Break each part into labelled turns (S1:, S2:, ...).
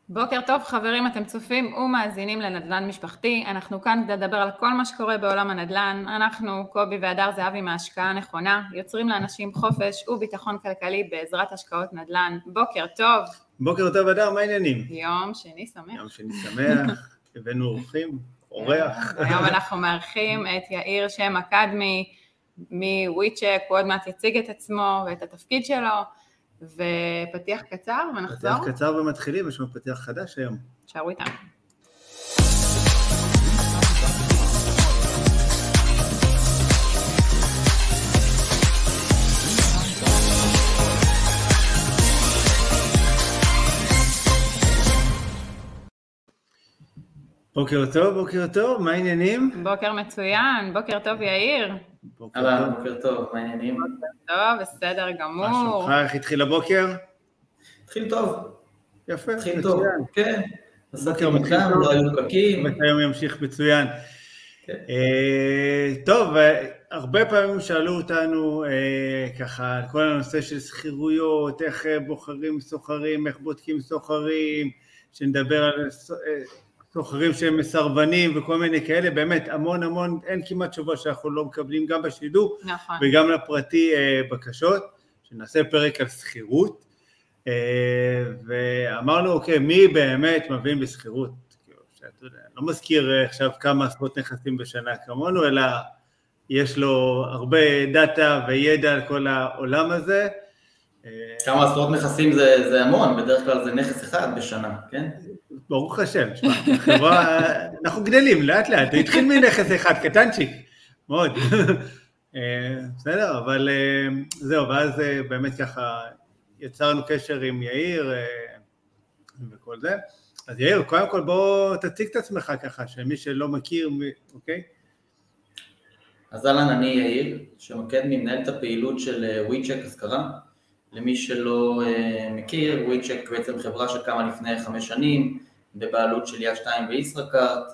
S1: בוקר טוב חברים, אתם צופים ומאזינים לנדל"ן משפחתי. אנחנו כאן כדי לדבר על כל מה שקורה בעולם הנדל"ן. אנחנו, קובי והדר זהבי מההשקעה הנכונה, יוצרים לאנשים חופש וביטחון כלכלי בעזרת השקעות נדל"ן. בוקר טוב.
S2: בוקר טוב הדר, מה העניינים?
S1: יום שני שמח.
S2: יום שני שמח, הבאנו אורחים, אורח.
S1: היום אנחנו מארחים את יאיר שם אקדמי מוויצ'ק, הוא עוד מעט יציג את עצמו ואת התפקיד שלו. ופתיח קצר ונחזור.
S2: פתיח קצר ומתחילים, יש לנו פתיח חדש היום.
S1: שערו איתנו.
S2: בוקר טוב, מה העניינים?
S1: בוקר מצוין, בוקר טוב יאיר.
S3: בוקר טוב, מה העניינים?
S1: בוקר טוב, בסדר גמור.
S2: מה שלומך, איך התחיל הבוקר?
S3: התחיל טוב.
S2: יפה,
S3: התחיל טוב, כן.
S2: בוקר מתחיל טוב,
S3: לא היו פקקים.
S2: היום ימשיך מצוין. טוב, הרבה פעמים שאלו אותנו ככה, כל הנושא של שכירויות, איך בוחרים סוחרים, איך בודקים סוחרים, שנדבר על סוחרים שהם מסרבנים וכל מיני כאלה, באמת המון, אין כמעט שבוע שאנחנו לא מקבלים גם בשידור,
S1: נכון. וגם
S2: לפרטי בקשות, שנעשה פרק על שכירות, ואמרנו אוקיי, מי באמת מבין בסכירות? שאתה יודע, לא מזכיר עכשיו כמה עשרות נכסים בשנה כמונו, אלא יש לו הרבה דאטה וידע על כל העולם הזה.
S3: כמה עשרות נכסים זה המון, בדרך כלל זה נכס אחד בשנה, כן?
S2: ברוך השם, חברה, אנחנו גדלים לאט, זה התחיל מנכס אחד, קטנצ'יק, מאוד, בסדר, אבל זהו, ואז באמת ככה יצרנו קשר עם יאיר וכל זה. אז יאיר, קודם כל בוא תציג את עצמך ככה, שמי שלא מכיר, אוקיי?
S3: אז אהלן, אני יאיר, שמקדמי מנהל את הפעילות של וויצ'ק השכרה. למי שלא מכיר, וויצ'ק בעצם חברה שקמה לפני 5 שנים, בבעלות של יד 2 וישראכרט,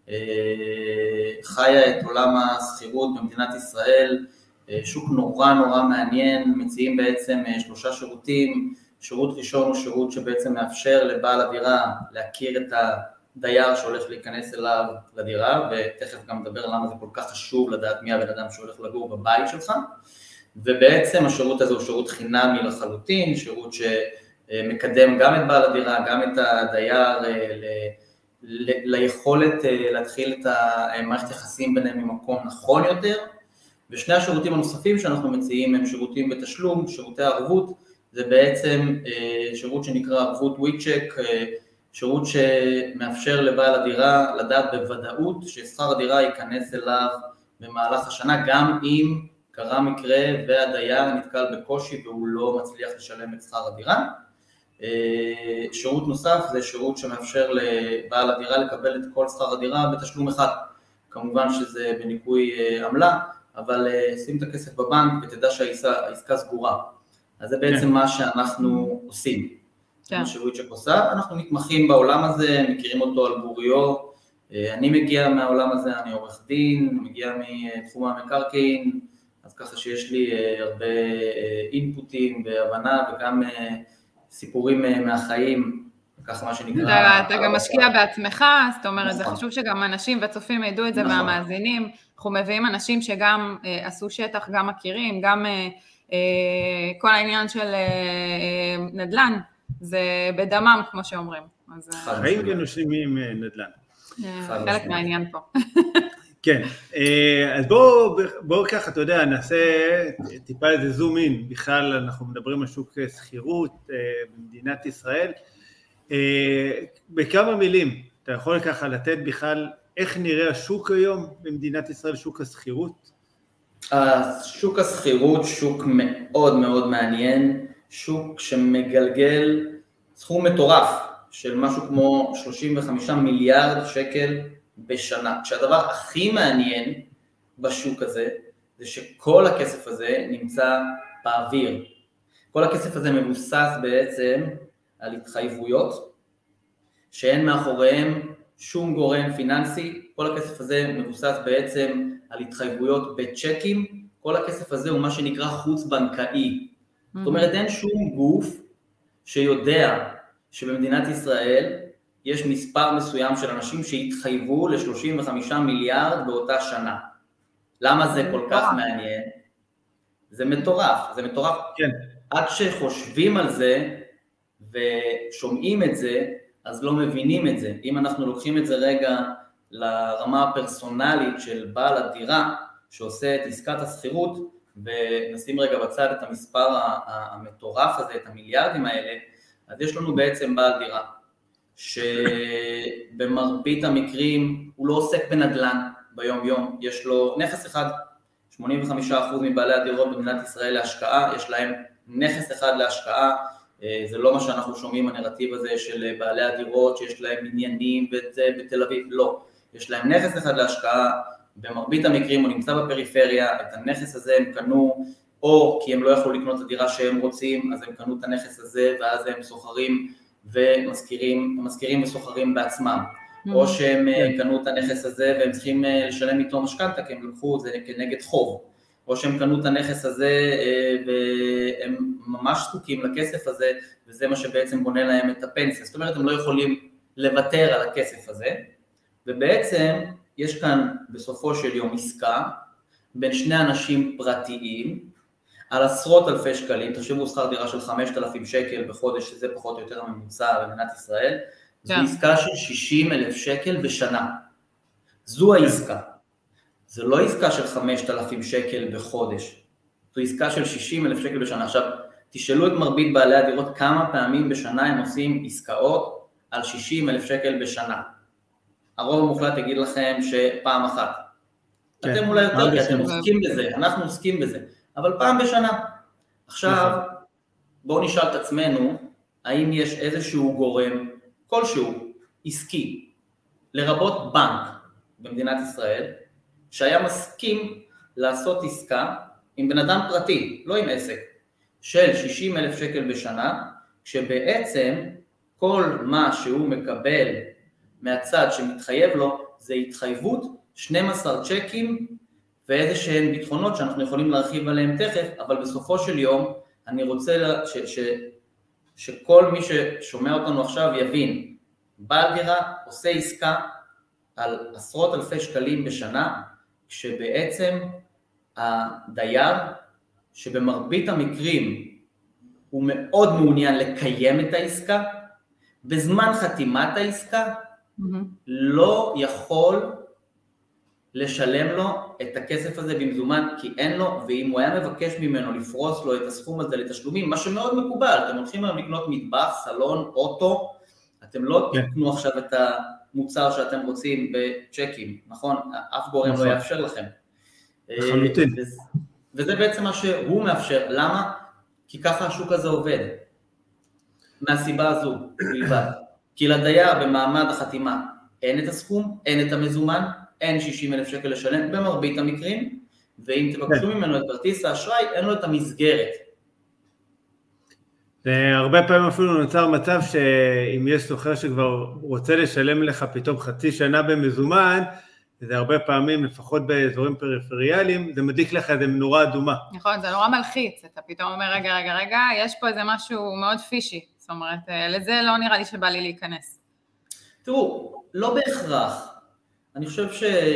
S3: חיה את עולם השכירות במדינת ישראל, שוק נורא מעניין, מציעים בעצם 3 שירותים. שירות ראשון הוא שירות שבעצם מאפשר לבעל הדירה להכיר את הדייר שהולך להיכנס אליו לדירה, ותכף גם נדבר למה זה כל כך חשוב לדעת מי הבן אדם שהולך לגור בבית שלך, ובעצם השירות הזה הוא שירות חינמי לחלוטין, שירות שמקדם גם את בעל הדירה, גם את הדייר, ליכולת להתחיל את מערכת יחסים ביניהם ממקום נכון יותר. ושני השירותים הנוספים שאנחנו מציעים הם שירותים בתשלום, שירותי ערבות, זה בעצם שירות שנקרא ערבות וויצ'ק, שירות שמאפשר לבעל הדירה לדעת בוודאות ששכר הדירה ייכנס אליו במהלך השנה, גם אם קרה מקרה והדייר נתקל בקושי והוא לא מצליח לשלם את שכר הדירה. שירות נוסף זה שירות שמאפשר לבעל הדירה לקבל את כל שכר הדירה בתשלום אחד, כמובן שזה בניכוי עמלה, אבל שים את הכסף בבנק ותדע שהעסקה סגורה. אז זה בעצם מה שאנחנו עושים, מה שוויצ'ק עושה. אנחנו מתמחים בעולם הזה, מכירים אותו על בוריו, אני מגיע מהעולם הזה, אני עורך דין, מגיע מתחום המקרקעין, אז ככה שיש לי הרבה אינפוטים והבנה וגם סיפורים מהחיים, ככה מה שנקרא.
S1: אתה גם משקיע בעצמך, זאת אומרת, זה חשוב שגם אנשים וצופים ידעו את זה מהמאזינים, אנחנו מביאים אנשים שגם עשו שטח, גם מכירים, גם כל העניין של נדל"ן, זה בדמם כמו שאומרים.
S2: חיים ונושמים נדל"ן.
S1: חלק מהעניין פה.
S2: כן, אז בואו ככה, אתה יודע, נעשה טיפה איזה זום אין, בכלל אנחנו מדברים על שוק שכירות במדינת ישראל, בכמה מילים, אתה יכול ככה לתת בכלל איך נראה השוק היום במדינת ישראל, שוק השכירות?
S3: שוק השכירות, שוק מאוד מעניין, שוק שמגלגל סכום מטורף של משהו כמו 35 מיליארד שקל בשנה. שהדבר הכי מעניין בשוק הזה, זה שכל הכסף הזה נמצא באוויר. כל הכסף הזה מבוסס בעצם על התחייבויות, שאין מאחוריהם שום גורם פיננסי. כל הכסף הזה מבוסס בעצם על התחייבויות בצ'קים. כל הכסף הזה הוא מה שנקרא חוץ בנקאי. זאת אומרת, אין שום גוף שיודע שבמדינת ישראל יש מספר מסוים של אנשים שהתחייבו ל-35 מיליארד באותה שנה. למה זה כל כך מעניין? זה מטורף, זה מטורף.
S2: כן.
S3: עד שחושבים על זה ושומעים את זה, אז לא מבינים את זה. אם אנחנו לוקחים את זה רגע לרמה הפרסונלית של בעל הדירה, שעושה את עסקת השכירות, ונשים רגע בצד את המספר המטורף הזה, את המיליארדים האלה, אז יש לנו בעצם בעל דירה, שבמרבית המקרים הוא לא עוסק בנדל"ן ביום יום, יש לו נכס אחד, 85% מבעלי הדירות במדינת ישראל להשקעה, יש להם נכס אחד להשקעה, זה לא מה שאנחנו שומעים הנרטיב הזה של בעלי הדירות שיש להם עניינים בתל אביב, לא, יש להם נכס אחד להשקעה, במרבית המקרים הוא נמצא בפריפריה, את הנכס הזה הם קנו, או כי הם לא יכולו לקנות את הדירה שהם רוצים, אז הם קנו את הנכס הזה, ואז הם סוחרים ומזכירים וסוחרים בעצמם, או שהם קנו את הנכס הזה והם צריכים לשלם איתו משכנתא, כי הם לקחו את זה כנגד חוב, או שהם קנו את הנכס הזה והם ממש זקוקים לכסף הזה, וזה מה שבעצם בונה להם את הפנסיה, זאת אומרת הם לא יכולים לוותר על הכסף הזה, ובעצם יש כאן בסופו של יום עסקה בין שני אנשים פרטיים על עשרות אלפי שקלים, תחשבו שכר דירה של 5,000 שקל בחודש, שזה פחות או יותר הממוצע במדינת ישראל, זו עסקה של 60,000 שקל בשנה, זו העסקה, זו לא עסקה של 5,000 שקל בחודש, זו עסקה של 60,000 שקל בשנה. עכשיו תשאלו את מרבית בעלי הדירות כמה פעמים בשנה הם עושים עסקאות על 60,000 שקל בשנה, הרוב המוחלט יגיד לכם שפעם אחת. כן. אתם אולי יותר, כי אתם עוסקים בזה, אנחנו עוסקים בזה, אבל פעם בשנה. עכשיו, בואו נשאל את עצמנו, האם יש איזשהו גורם, כלשהו, עסקי, לרבות בנק במדינת ישראל, שהיה מסכים לעשות עסקה עם בן אדם פרטי, לא עם עסק, של 60,000 שקל בשנה, כשבעצם כל מה שהוא מקבל מהצד שמתחייב לו, זה התחייבות, 12 צ'קים ואיזה שהן ביטחונות שאנחנו יכולים להרחיב עליהם תכף, אבל בסופו של יום אני רוצה שכל מי ששומע אותנו עכשיו יבין, בעל דירה עושה עסקה על עשרות אלפי שקלים בשנה, כשבעצם הדייר שבמרבית המקרים הוא מאוד מעוניין לקיים את העסקה, בזמן חתימת העסקה, לא יכול לשלם לו את הכסף הזה במזומן, כי אין לו, ואם הוא היה מבקש ממנו לפרוס לו את הסכום הזה לתשלומים, מה שמאוד מקובל, אתם הולכים היום לקנות מטבח, סלון, אוטו, אתם לא תקנו עכשיו את המוצר שאתם רוצים בצ'קים, נכון? אף גורם לא יאפשר לכם. וזה בעצם מה שהוא מאפשר. למה? כי ככה השוק הזה עובד. מהסיבה הזו, בלבד. כי לדייר במעמד החתימה אין את הסכום, אין את המזומן, אין 60,000 שקל לשלם במרבית המקרים, ואם תבקשו ממנו את כרטיס האשראי, אין לו את המסגרת.
S2: הרבה פעמים אפילו נוצר מצב שאם יש סוחר שכבר רוצה לשלם לך פתאום חצי שנה במזומן, זה הרבה פעמים, לפחות באזורים פריפריאליים, זה מדליק לך איזה מנורה אדומה.
S1: נכון, זה נורא מלחיץ, אתה פתאום אומר, רגע, יש פה איזה משהו מאוד פישי, זאת אומרת, לזה לא נראה לי שבא לי להיכנס.
S3: תראו, לא בהכרח, אני חושב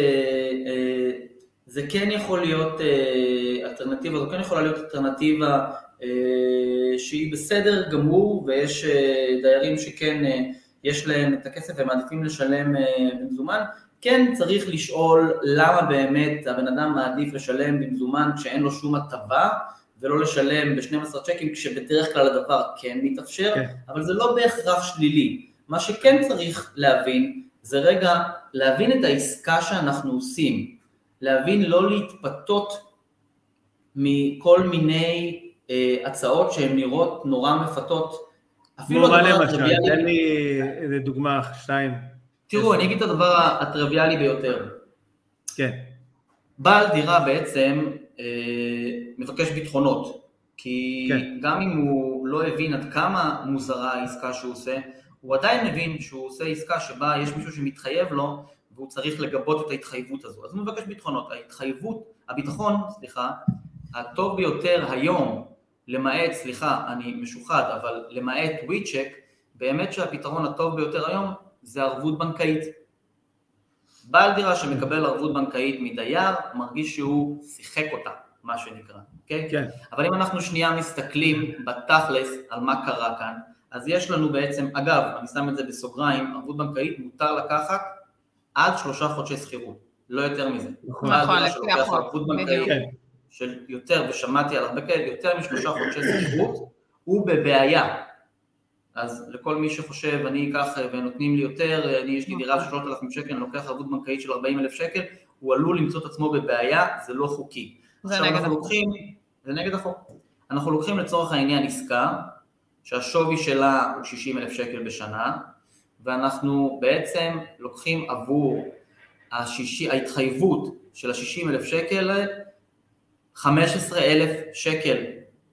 S3: שזה כן יכול להיות אלטרנטיבה, זו כן יכולה להיות אלטרנטיבה שהיא בסדר גמור, ויש דיירים שכן יש להם את הכסף והם מעדיפים לשלם במזומן, כן צריך לשאול למה באמת הבן אדם מעדיף לשלם במזומן כשאין לו שום הטבה, ולא לשלם ב-12 צ'קים כשבדרך כלל הדבר כן מתאפשר, אבל זה לא בהכרח שלילי. מה שכן צריך להבין, זה רגע להבין את העסקה שאנחנו עושים, להבין לא להתפתות מכל מיני הצעות שהן נראות נורא מפתות,
S2: אפילו הדבר הטריוויאלי. תן לי איזה דוגמה, 2.
S3: תראו, אני אגיד את הדבר הטריוויאלי ביותר.
S2: כן.
S3: בעל דירה בעצם מבקש ביטחונות, כי גם אם הוא לא הבין עד כמה מוזרה העסקה שהוא עושה, הוא עדיין מבין שהוא עושה עסקה שבה יש מישהו שמתחייב לו, והוא צריך לגבות את ההתחייבות הזו. אז הוא מבקש ביטחונות. הביטחון, הטוב ביותר היום, למעט, אני משוחד, אבל למעט וויצ'ק, באמת שהפתרון הטוב ביותר היום זה ערבות בנקאית. בעל דירה שמקבל ערבות בנקאית מדייר, מרגיש שהוא שיחק אותה, מה שנקרא, אוקיי? כן. אבל אם אנחנו שנייה מסתכלים בתכלס על מה קרה כאן, אז יש לנו בעצם, אגב, אני שם את זה בסוגריים, ערבות בנקאית מותר לקחת עד 3 חודשי שכירות, לא יותר מזה.
S1: נכון,
S3: לפי החוק. ערבות בנקאית של יותר, ושמעתי על הרבה כאלה, יותר מ3 חודשי שכירות, הוא בבעיה. אז לכל מי שחושב, אני אקח ונותנים לי יותר, יש לי דירה של 3,000 שקל, אני לוקח ערבות בנקאית של 40,000 שקל, הוא עלול למצוא את עצמו בבעיה, זה לא חוקי.
S1: זה נגד החוק.
S3: זה נגד החוק. אנחנו לוקחים לצורך העניין עסקה, שהשווי שלה הוא 60,000 שקל בשנה, ואנחנו בעצם לוקחים עבור ההתחייבות של ה-60,000 שקל, 15,000 שקל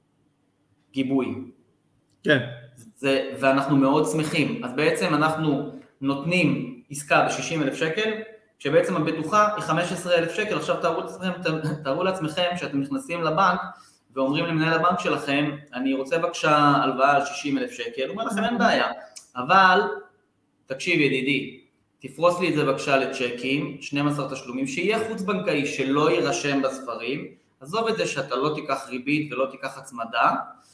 S3: גיבוי.
S2: כן.
S3: ואנחנו מאוד שמחים. אז בעצם אנחנו נותנים עסקה ב-60,000 שקל, כשבעצם הבטוחה היא 15,000 שקל. עכשיו תארו לעצמכם שאתם נכנסים לבנק, ואומרים למנהל הבנק שלכם, אני רוצה בבקשה הלוואה על 60,000 שקל, הוא אומר לכם אין בעיה, אבל תקשיב ידידי, תפרוס לי את זה בבקשה לצ'קים, 12 תשלומים, שיהיה חוץ בנקאי שלא יירשם בספרים, עזוב את זה שאתה לא תיקח ריבית ולא תיקח הצמדה,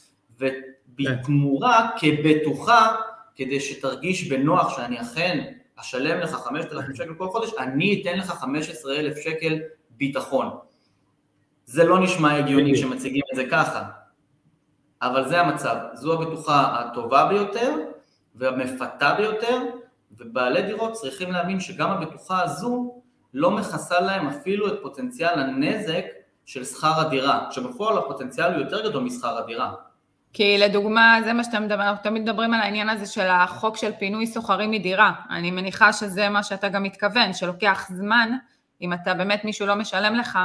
S3: ובתמורה כבטוחה, כדי שתרגיש בנוח שאני אכן אשלם לך 5,000 שקל כל חודש, אני אתן לך 15,000 שקל ביטחון. זה לא נשמע הגיוני שמציגים את זה ככה, אבל זה המצב. זו הבטוחה הטובה ביותר והמפתה ביותר, ובעלי דירות צריכים להבין שגם הבטוחה הזו לא מכסה להם אפילו את פוטנציאל הנזק של שכר הדירה, שבפועל הפוטנציאל הוא יותר גדול משכר הדירה.
S1: כי לדוגמה, זה מה שאתם תמיד מדברים על העניין הזה של החוק של פינוי סוחרים מדירה. אני מניחה שזה מה שאתה גם מתכוון, שלוקח זמן, אם אתה באמת מישהו לא משלם לך,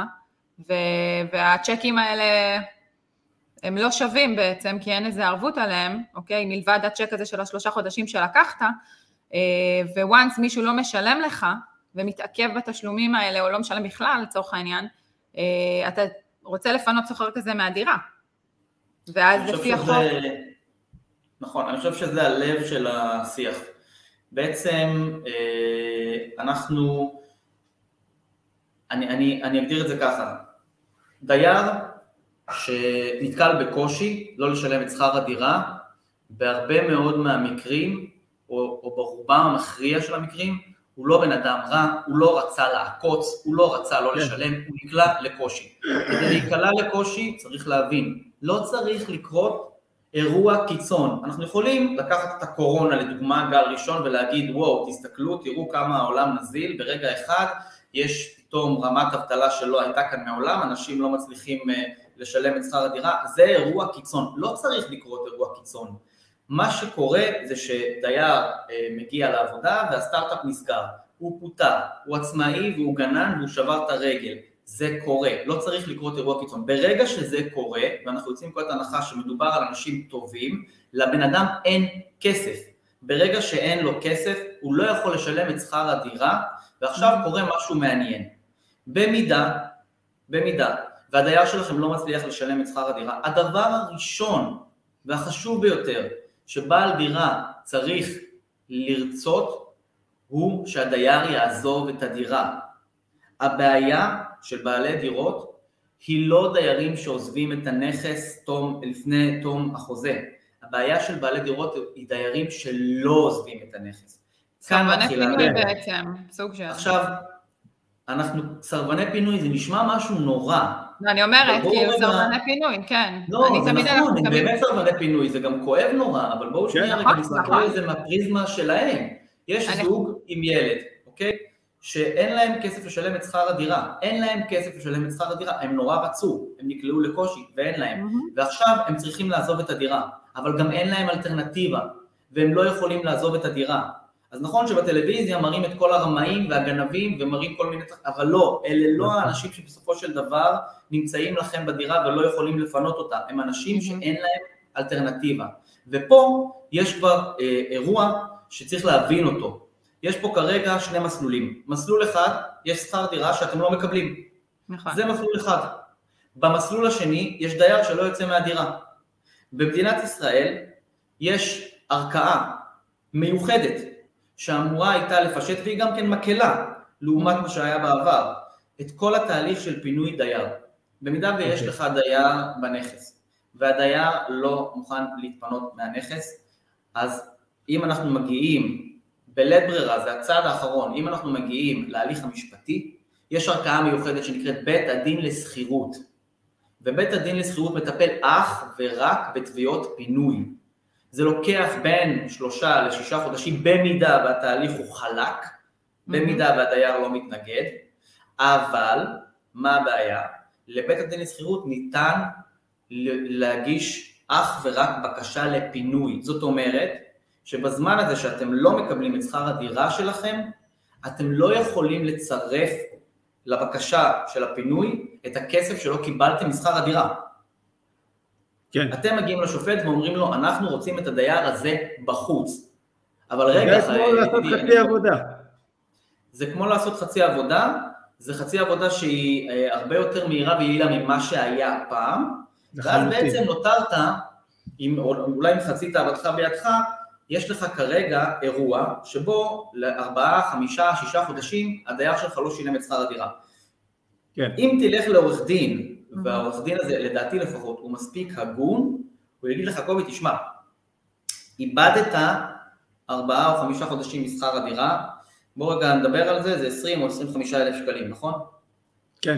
S1: והצ'קים האלה הם לא שווים בעצם, כי אין איזה ערבות עליהם, אוקיי? מלבד הצ'ק הזה של 3 חודשים שלקחת, וואנס מישהו לא משלם לך, ומתעכב בתשלומים האלה, או לא משלם בכלל, לצורך העניין, אתה רוצה לפנות סוחר כזה מהדירה. ואז לפי החוק...
S3: נכון, אני חושב שזה הלב של השיח. בעצם אנחנו... אני אגדיר את זה ככה, דייר שנתקל בקושי לא לשלם את שכר הדירה, בהרבה מאוד מהמקרים, או ברובם המכריע של המקרים, הוא לא בן אדם רע, הוא לא רצה לעקוץ, הוא לא רצה לא לשלם, הוא נקלע לקושי. כדי להיקלע לקושי צריך להבין, לא צריך לקרות אירוע קיצון. אנחנו יכולים לקחת את הקורונה לדוגמה גל ראשון ולהגיד, וואו, תסתכלו, תראו כמה העולם נזיל, ברגע אחד יש פתאום רמת אבטלה שלא הייתה כאן מעולם, אנשים לא מצליחים לשלם את שכר הדירה, זה אירוע קיצון, לא צריך לקרות אירוע קיצון. מה שקורה זה שדייר מגיע לעבודה והסטארט-אפ נסגר, הוא פוטר, הוא עצמאי והוא גנן והוא שבר את הרגל, זה קורה, לא צריך לקרות אירוע קיצון. ברגע שזה קורה, ואנחנו יוצאים כל הנחה שמדובר על אנשים טובים, לבן אדם אין כסף. ברגע שאין לו כסף, הוא לא יכול לשלם את שכר הדירה, ועכשיו קורה משהו מעניין. במידה, והדייר שלכם לא מצליח לשלם את שכר הדירה, הדבר הראשון והחשוב ביותר שבעל דירה צריך לרצות, הוא שהדייר יעזוב את הדירה. הבעיה של בעלי דירות היא לא דיירים שעוזבים את הנכס לפני תום החוזה. הבעיה של בעלי דירות היא דיירים שלא עוזבים את הנכס.
S1: סרבני פינוי בעצם, סוג של...
S3: עכשיו, סרבני פינוי זה נשמע משהו נורא.
S1: אני אומרת, כאילו סרבני פינוי, כן.
S3: לא, זה נכון, הם באמת סרבני פינוי, זה גם כואב נורא, אבל בואו שנייה רגע נסתכל על זה מהפריזמה שלהם. יש זוג עם ילד, אוקיי? שאין להם כסף לשלם את שכר הדירה, הם נורא רצו, הם נקלעו לקושי ואין להם, ועכשיו הם צריכים לעזוב את הדירה, אבל גם אין להם אלטרנטיבה, והם לא יכולים לעזוב את הדירה. אז נכון שבטלוויזיה מראים את כל הרמאים והגנבים ומראים כל מיני, אבל לא, אלה לא האנשים שבסופו של דבר נמצאים לכם בדירה ולא יכולים לפנות אותה, הם אנשים שאין להם אלטרנטיבה. ופה יש כבר אירוע שצריך להבין אותו. יש פה כרגע 2 מסלולים. מסלול אחד, יש שכר דירה שאתם לא מקבלים. נכון. זה מסלול אחד. במסלול השני, יש דייר שלא יוצא מהדירה. במדינת ישראל יש ערכאה מיוחדת, שאמורה הייתה לפשט, והיא גם כן מקלה, לעומת מה שהיה בעבר, את כל התהליך של פינוי דייר. במידה ויש לך דייר בנכס, והדייר לא מוכן להתפנות מהנכס, אז אם אנחנו מגיעים, בלית ברירה, זה הצעד האחרון, אם אנחנו מגיעים להליך המשפטי, יש ערכאה מיוחדת שנקראת בית הדין לסחירות, ובית הדין לסחירות מטפל אך ורק בתביעות פינוי. זה לוקח בין 3 ל6 חודשים, במידה והתהליך הוא חלק, במידה והדייר לא מתנגד, אבל מה הבעיה? לבית הדין לסחירות ניתן להגיש אך ורק בקשה לפינוי. זאת אומרת שבזמן הזה שאתם לא מקבלים את שכר הדירה שלכם, אתם לא יכולים לצרף לבקשה של הפינוי את הכסף שלא קיבלתם משכר הדירה.
S2: כן.
S3: אתם מגיעים לשופט ואומרים לו, אנחנו רוצים את הדייר הזה בחוץ. אבל רגע,
S2: זה כמו לעשות חצי עבודה.
S3: זה כמו לעשות חצי עבודה, זה חצי עבודה שהיא הרבה יותר מהירה ויעילה ממה שהיה פעם, ואז בעצם נותרת, אולי עם חצי תאוותך בידך, יש לך כרגע אירוע שבו ל4, 5, 6 חודשים הדייר שלך לא שילם את שכר הדירה.
S2: כן.
S3: אם תלך לעורך דין, והעורך דין הזה, לדעתי לפחות, הוא מספיק הגון, הוא יגיד לך, קובי, תשמע, איבדת 4 או 5 חודשים משכר הדירה, בוא רגע נדבר על זה, זה 20 או 25 אלף שקלים, נכון?
S2: כן.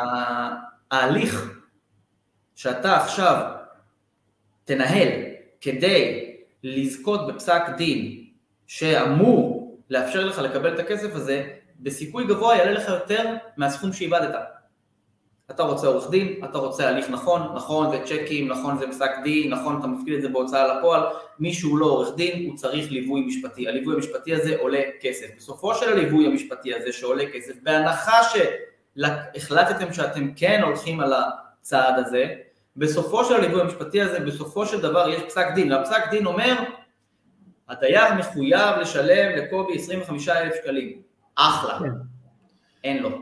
S3: ההליך שאתה עכשיו תנהל כדי לזכות בפסק דין שאמור לאפשר לך לקבל את הכסף הזה, בסיכוי גבוה יעלה לך יותר מהסכום שאיבדת. אתה רוצה עורך דין, אתה רוצה הליך נכון זה צ'קים, נכון זה פסק דין, נכון אתה מפקיד את זה בהוצאה לפועל, מישהו לא עורך דין, הוא צריך ליווי משפטי, הליווי המשפטי הזה עולה כסף, בסופו של הליווי המשפטי הזה שעולה כסף, בהנחה שהחלטתם שאתם כן הולכים על הצעד הזה, בסופו של הליווי המשפטי הזה, בסופו של דבר יש פסק דין, והפסק דין אומר, הדייר מחויב לשלם לקובי 25,000 שקלים, אחלה, אין לו.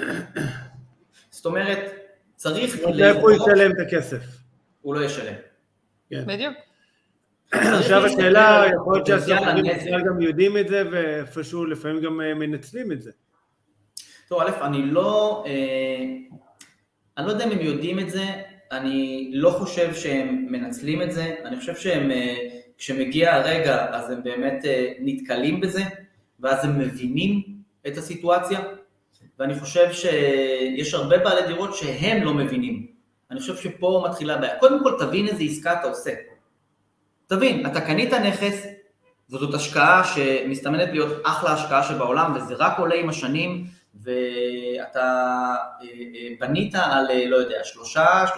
S3: זאת אומרת, צריך...
S2: איפה הוא ישלם את הכסף?
S3: הוא לא ישלם.
S1: בדיוק.
S2: עכשיו השאלה, יכול להיות שהסוחרים גם יודעים את זה, ואיפשהו לפעמים גם מנצלים את זה.
S3: טוב, א', אני לא יודע אם הם יודעים את זה, אני לא חושב שהם מנצלים את זה, אני חושב שהם, כשמגיע הרגע, אז הם באמת נתקלים בזה, ואז הם מבינים את הסיטואציה, ואני חושב שיש הרבה בעלי דירות שהם לא מבינים. אני חושב שפה מתחילה בעיה. קודם כל תבין איזה עסקה אתה עושה. תבין, אתה קנית נכס, זאת השקעה שמסתמנת להיות אחלה השקעה שבעולם, וזה רק עולה עם השנים, ואתה בנית על, לא יודע, 3.5%,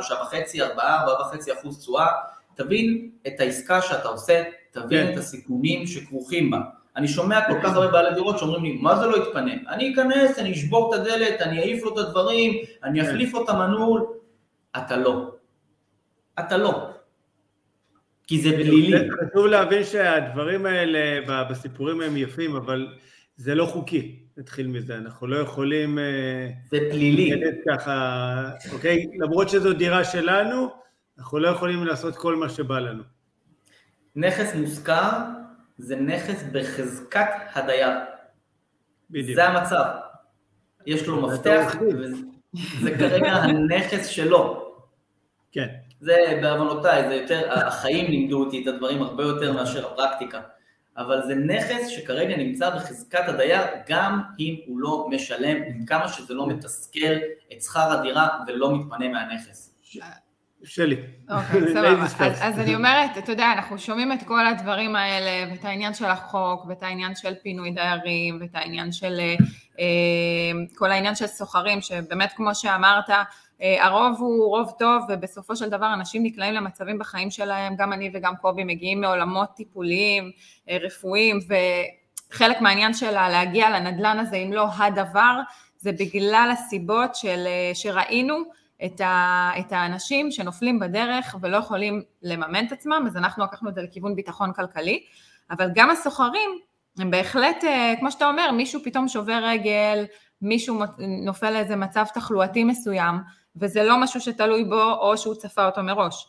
S3: 4.5% תשואה, תבין את העסקה שאתה עושה, תבין את הסיכונים שכרוכים בה. אני שומע כל כך הרבה בעלי דירות שאומרים לי, מה זה לא יתפנה? אני אכנס, אני אשבור את הדלת, אני אעיף לו את הדברים, אני אחליף לו את המנעול. אתה לא. אתה לא. כי זה פלילי.
S2: חשוב להבין שהדברים האלה בסיפורים הם יפים, אבל זה לא חוקי. נתחיל מזה, אנחנו לא יכולים...
S3: זה פלילי.
S2: ככה, אוקיי? למרות שזו דירה שלנו, אנחנו לא יכולים לעשות כל מה שבא לנו.
S3: נכס מושכר, זה נכס בחזקת הדייר.
S2: בדיוק.
S3: זה המצב. יש לו מפתח, וזה כרגע הנכס שלו.
S2: כן.
S3: זה בהבנותיי, זה יותר, החיים לימדו אותי את הדברים הרבה יותר מאשר הפרקטיקה. אבל זה נכס שכרגע נמצא בחזקת הדייר, גם אם הוא לא משלם, עם כמה שזה לא מתסכל את שכר הדירה ולא מתפנה מהנכס.
S2: שלי.
S1: אוקיי, סבבה. אז אני אומרת, אתה יודע, אנחנו שומעים את כל הדברים האלה, ואת העניין של החוק, ואת העניין של פינוי דיירים, ואת העניין של, כל העניין של סוחרים, שבאמת כמו שאמרת, הרוב הוא רוב טוב, ובסופו של דבר אנשים נקלעים למצבים בחיים שלהם, גם אני וגם קובי מגיעים מעולמות טיפוליים, רפואיים, וחלק מהעניין שלה להגיע לנדלן הזה, אם לא הדבר, זה בגלל הסיבות שראינו, את האנשים שנופלים בדרך ולא יכולים לממן את עצמם, אז אנחנו לקחנו את זה לכיוון ביטחון כלכלי, אבל גם הסוחרים, הם בהחלט, כמו שאתה אומר, מישהו פתאום שובר רגל, מישהו נופל לאיזה מצב תחלואתי מסוים, וזה לא משהו שתלוי בו או שהוא צפה אותו מראש.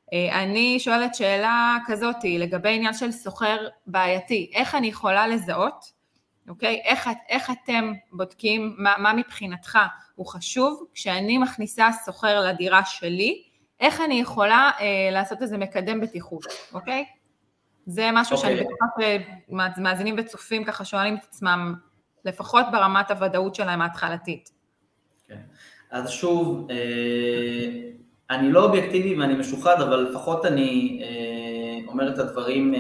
S1: אני שואלת שאלה כזאת, לגבי עניין של סוחר בעייתי, איך אני יכולה לזהות, אוקיי? איך אתם בודקים, מה מבחינתך הוא חשוב, כשאני מכניסה סוחר לדירה שלי, איך אני יכולה לעשות איזה מקדם בטיחות, אוקיי? זה משהו שאני בטוחה שמאזינים וצופים ככה שואלים את עצמם, לפחות ברמת הוודאות שלהם ההתחלתית.
S3: כן. אז שוב, אני לא אובייקטיבי ואני משוחד, אבל לפחות אני אומר את הדברים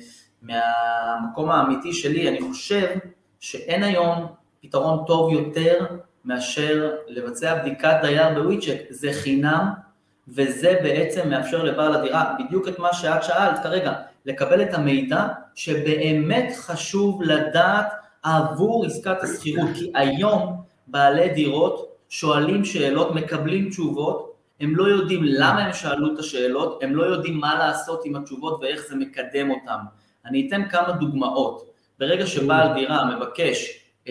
S3: מהמקום האמיתי שלי. אני חושב שאין היום פתרון טוב יותר מאשר לבצע בדיקת דייר בוויצ'ק. זה חינם, וזה בעצם מאפשר לבעל הדירה, בדיוק את מה שאת שאלת כרגע, לקבל את המידע שבאמת חשוב לדעת עבור עסקת השכירות, כי היום בעלי דירות שואלים שאלות, מקבלים תשובות, הם לא יודעים למה הם שאלו את השאלות, הם לא יודעים מה לעשות עם התשובות ואיך זה מקדם אותם. אני אתן כמה דוגמאות. ברגע שבעל דירה מבקש את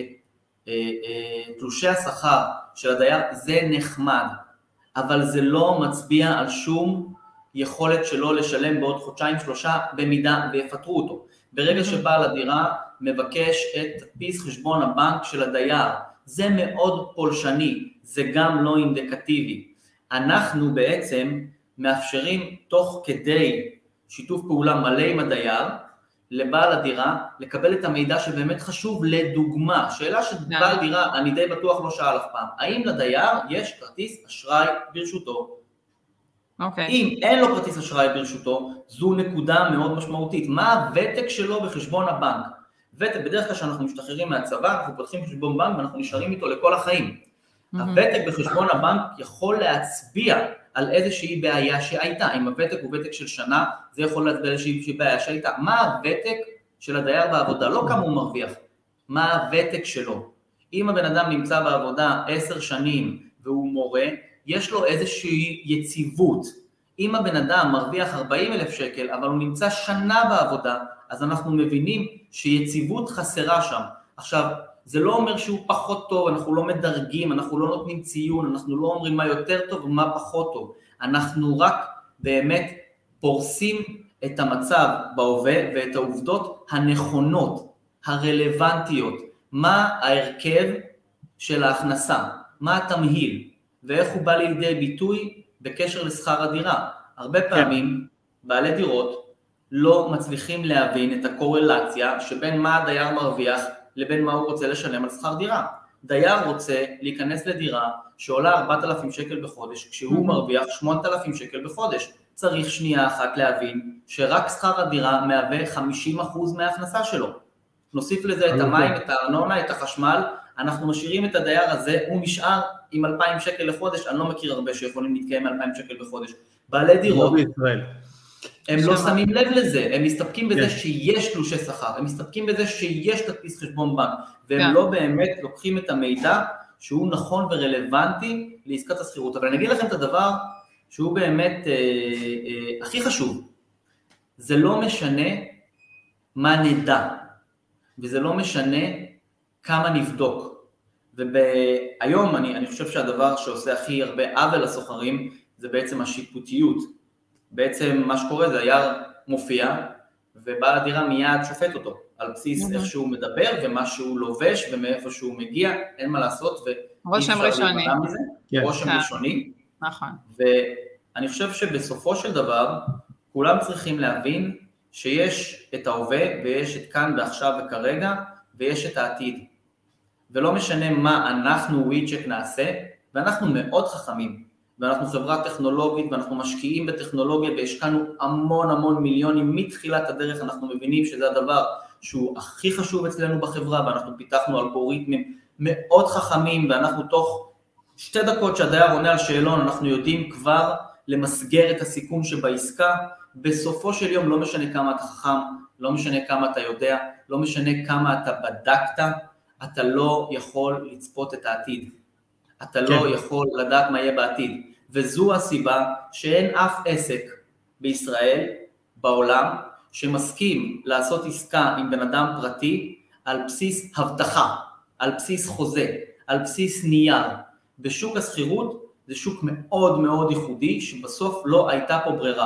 S3: תלושי השכר של הדייר, זה נחמד, אבל זה לא מצביע על שום יכולת שלו לשלם בעוד חודשיים-שלושה במידה ויפטרו אותו. ברגע שבעל הדירה מבקש את תדפיס חשבון הבנק של הדייר, זה מאוד פולשני, זה גם לא אינדיקטיבי. אנחנו בעצם מאפשרים תוך כדי שיתוף פעולה מלא עם הדייר, לבעל הדירה, לקבל את המידע שבאמת חשוב. לדוגמה, שאלה שבעל דירה, אני די בטוח לא שאל אף פעם, האם לדייר יש כרטיס אשראי ברשותו? אם אין לו כרטיס אשראי ברשותו, זו נקודה מאוד משמעותית. מה הוותק שלו בחשבון הבנק? ותק, בדרך כלל שאנחנו משתחררים מהצבא, אנחנו פותחים חשבון בנק ואנחנו נשארים איתו לכל החיים. הוותק בחשבון הבנק יכול להצביע על איזושהי בעיה שהייתה. אם הוותק הוא ותק של שנה, זה יכול להצביע איזושהי בעיה שהייתה. מה הוותק של הדייר בעבודה? לא כמה הוא מרוויח, מה הוותק שלו. אם הבן אדם נמצא בעבודה 10 שנים והוא מורה, יש לו איזושהי יציבות. אם הבן אדם מרוויח 40,000 שקל, אבל הוא נמצא שנה בעבודה, אז אנחנו מבינים שיציבות חסרה שם. עכשיו, זה לא אומר שהוא פחות טוב, אנחנו לא מדרגים, אנחנו לא נותנים ציון, אנחנו לא אומרים מה יותר טוב ומה פחות טוב. אנחנו רק באמת פורסים את המצב בהווה ואת העובדות הנכונות, הרלוונטיות. מה ההרכב של ההכנסה, מה התמהיל, ואיך הוא בא לידי ביטוי בקשר לשכר הדירה. הרבה פעמים בעלי דירות לא מצליחים להבין את הקורלציה שבין מה הדייר מרוויח לבין מה הוא רוצה לשלם על שכר דירה. דייר רוצה להיכנס לדירה שעולה 4,000 שקל בחודש, כשהוא מרוויח 8,000 שקל בחודש. צריך שנייה אחת להבין שרק שכר הדירה מהווה 50% מההכנסה שלו. נוסיף לזה את המים, את הארנונה, את החשמל, אנחנו משאירים את הדייר הזה, הוא נשאר עם 2,000 שקל לחודש. אני לא מכיר הרבה שיכולים להתקיים 2,000 שקל בחודש. בעלי דירות, הם לא שמים לב לזה, הם מסתפקים בזה שיש תלושי שכר, הם מסתפקים בזה שיש תדפיס חשבון בנק, והם לא באמת לוקחים את המידע שהוא נכון ורלוונטי לעסקת השכירות. אבל אני אגיד לכם את הדבר שהוא באמת הכי חשוב, זה לא משנה מה נדע, וזה לא משנה כמה נבדוק. והיום אני חושב שהדבר שעושה הכי הרבה עוול לסוחרים, זה בעצם השיפוטיות. בעצם מה שקורה זה דייר מופיע, ובעל הדירה מיד שופט אותו, על בסיס איך שהוא מדבר, ומה שהוא לובש, ומאיפה שהוא מגיע, אין מה לעשות,
S1: רושם ראשוני.
S3: רושם ראשוני.
S1: נכון.
S3: ואני חושב שבסופו של דבר, כולם צריכים להבין שיש את ההווה, ויש את כאן ועכשיו וכרגע, ויש את העתיד. ולא משנה מה אנחנו וויצ'ק נעשה, ואנחנו מאוד חכמים. ואנחנו חברה טכנולוגית, ואנחנו משקיעים בטכנולוגיה, והשקענו המון מיליונים מתחילת הדרך. אנחנו מבינים שזה הדבר שהוא הכי חשוב אצלנו בחברה, ואנחנו פיתחנו אלגוריתמים מאוד חכמים, ואנחנו תוך 2 דקות שהדייר עונה על שאלון, אנחנו יודעים כבר למסגר את הסיכון שבעסקה. בסופו של יום לא משנה כמה אתה חכם, לא משנה כמה אתה יודע, לא משנה כמה אתה בדקת, אתה לא יכול לצפות את העתיד. אתה לא יכול לדעת מה יהיה בעתיד, וזו הסיבה שאין אף עסק בישראל, בעולם, שמסכים לעשות עסקה עם בן אדם פרטי על בסיס הבטחה, על בסיס חוזה, על בסיס נייר. בשוק השכירות זה שוק מאוד ייחודי, שבסוף לא הייתה פה ברירה.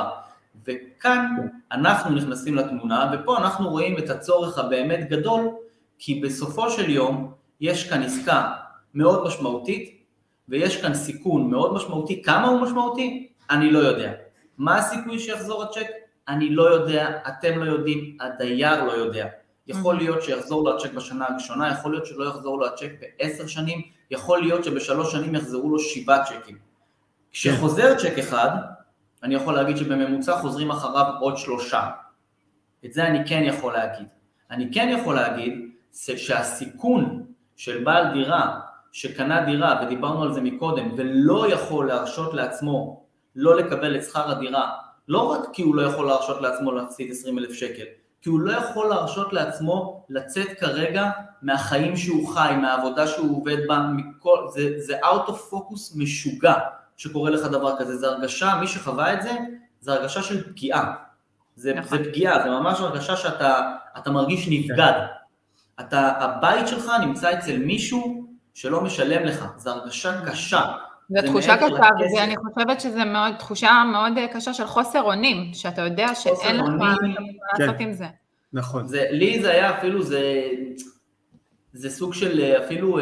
S3: וכאן אנחנו נכנסים לתמונה, ופה אנחנו רואים את הצורך הבאמת גדול, כי בסופו של יום יש כאן עסקה מאוד משמעותית, ויש כאן סיכון מאוד משמעותי. כמה הוא משמעותי? אני לא יודע. מה הסיכוי שיחזור הצ'ק? אני לא יודע, אתם לא יודעים, הדייר לא יודע. יכול להיות שיחזור לו הצ'ק בשנה הראשונה, יכול להיות שלא יחזור לו הצ'ק ב10 שנים, יכול להיות שב3 שנים יחזרו לו 7 צ'קים. כשחוזר צ'ק אחד, אני יכול להגיד שבממוצע חוזרים אחריו עוד 3. את זה אני כן יכול להגיד. אני כן יכול להגיד שהסיכון של בעל דירה שקנה דירה, ודיברנו על זה מקודם, ולא יכול להרשות לעצמו לא לקבל את שכר הדירה, לא רק כי הוא לא יכול להרשות לעצמו להפסיד 20,000 שקל, כי הוא לא יכול להרשות לעצמו לצאת כרגע מהחיים שהוא חי, מהעבודה שהוא עובד בה, זה out of focus משוגע שקורה לך דבר כזה, זה הרגשה, מי שחווה את זה, זה הרגשה של פגיעה, זה פגיעה, זה ממש הרגשה שאתה מרגיש נבגד, הבית שלך נמצא אצל מישהו שלא משלם לך, זו הרגשה קשה.
S1: זו תחושה קשה, ואני חושבת שזו תחושה מאוד קשה של חוסר אונים, שאתה יודע שאין לך מה לעשות עם זה.
S2: נכון.
S3: לי זה היה אפילו, זה סוג של אפילו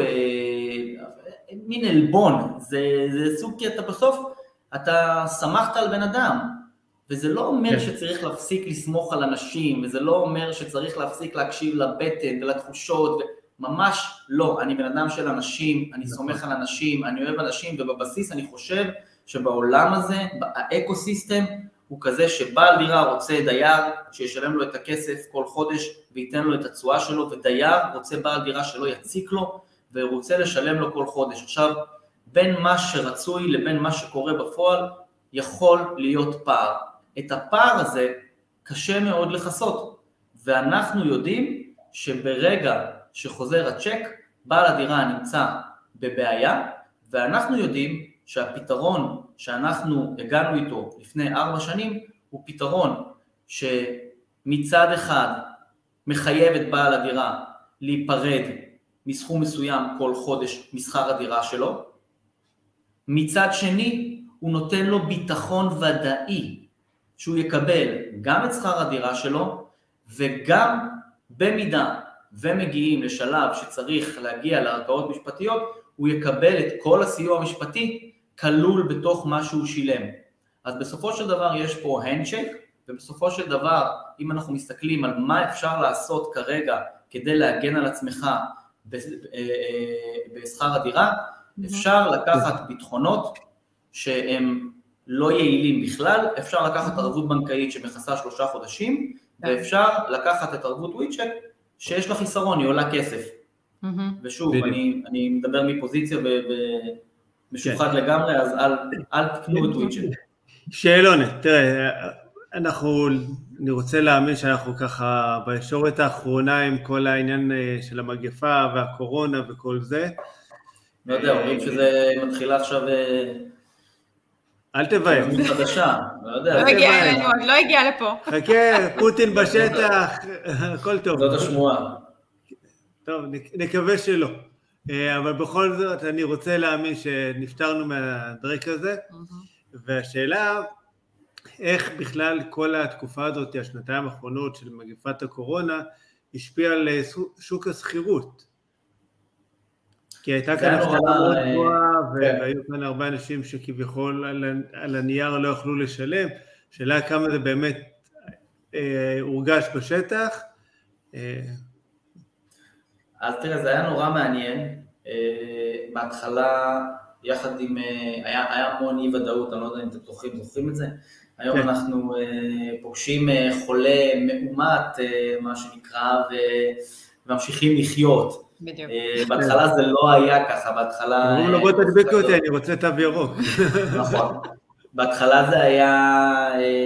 S3: מין אלבון, זה סוג כי אתה בסוף, אתה שמחת על בן אדם, וזה לא אומר שצריך להפסיק לסמוך על אנשים, וזה לא אומר שצריך להפסיק להקשיב לבטן ולתחושות, ממש לא, אני בן אדם של אנשים, אני סומך על אנשים, אני אוהב אנשים, ובבסיס אני חושב שבעולם הזה, האקוסיסטם, הוא כזה שבעל דירה רוצה דייר שישלם לו את הכסף כל חודש וייתן לו את התשואה שלו, ודייר רוצה בעל דירה שלא יציק לו ורוצה לשלם לו כל חודש. עכשיו, בין מה שרצוי לבין מה שקורה בפועל, יכול להיות פער. את הפער הזה קשה מאוד לחסות, ואנחנו יודעים שברגע שחוזר הצ'ק, בעל הדירה נמצא בבעיה, ואנחנו יודעים שהפתרון שאנחנו הגענו איתו לפני 4 שנים, הוא פתרון שמצד אחד מחייב את בעל הדירה להיפרד מסכום מסוים כל חודש משכר הדירה שלו, מצד שני הוא נותן לו ביטחון ודאי שהוא יקבל גם את שכר הדירה שלו, וגם במידה ומגיעים לשלב שצריך להגיע לערכאות משפטיות, הוא יקבל את כל הסיוע המשפטי כלול בתוך מה שהוא שילם. אז בסופו של דבר יש פה הנדשייק, ובסופו של דבר, אם אנחנו מסתכלים על מה אפשר לעשות כרגע כדי להגן על עצמך בשכר הדירה, אפשר לקחת ביטחונות שהם לא יעילים בכלל, אפשר לקחת ערבות בנקאית שמכסה 3 חודשים, ואפשר לקחת את ערבות וויצ'ק שיש לה חיסרון, היא עולה כסף. ושוב, אני מדבר מפוזיציה ומשוחד לגמרי, אז אל תקנו את וויצ'ק.
S2: שאלונת, תראה, אני רוצה להאמין שאנחנו ככה בישורת האחרונה עם כל העניין של המגפה והקורונה וכל זה.
S3: לא יודע, אומרים שזה מתחילה עכשיו...
S2: אל תביים.
S3: חדשה, לא יודע.
S1: לא הגיע אלינו, עוד לא הגיע לפה.
S2: חכה, פוטין בשטח, הכל טוב.
S3: זאת השמועה.
S2: טוב, נקווה שלא. אבל בכל זאת אני רוצה להאמין שנפטרנו מהדרק הזה, והשאלה, איך בכלל כל התקופה הזאת, השנתיים האחרונות של מגפת הקורונה, השפיעה על שוק השכירות? כי הייתה כאן הפתעה מאוד גבוהה, והיו כאן הרבה אנשים שכביכול על הנייר לא יכלו לשלם, שאלה כמה זה באמת הורגש בשטח.
S3: אז תראה, זה היה נורא מעניין, בהתחלה יחד עם, היה המון אי ודאות, אני לא יודע אם אתם זוכרים את זה, היום אנחנו פוגשים חולה מאומת, מה שנקרא, וממשיכים לחיות.
S1: בדיוק.
S3: בהתחלה זה לא היה ככה, בהתחלה...
S2: אומרים לו בוא תדביקו אותי, אני רוצה תו ירוק.
S3: נכון. בהתחלה זה היה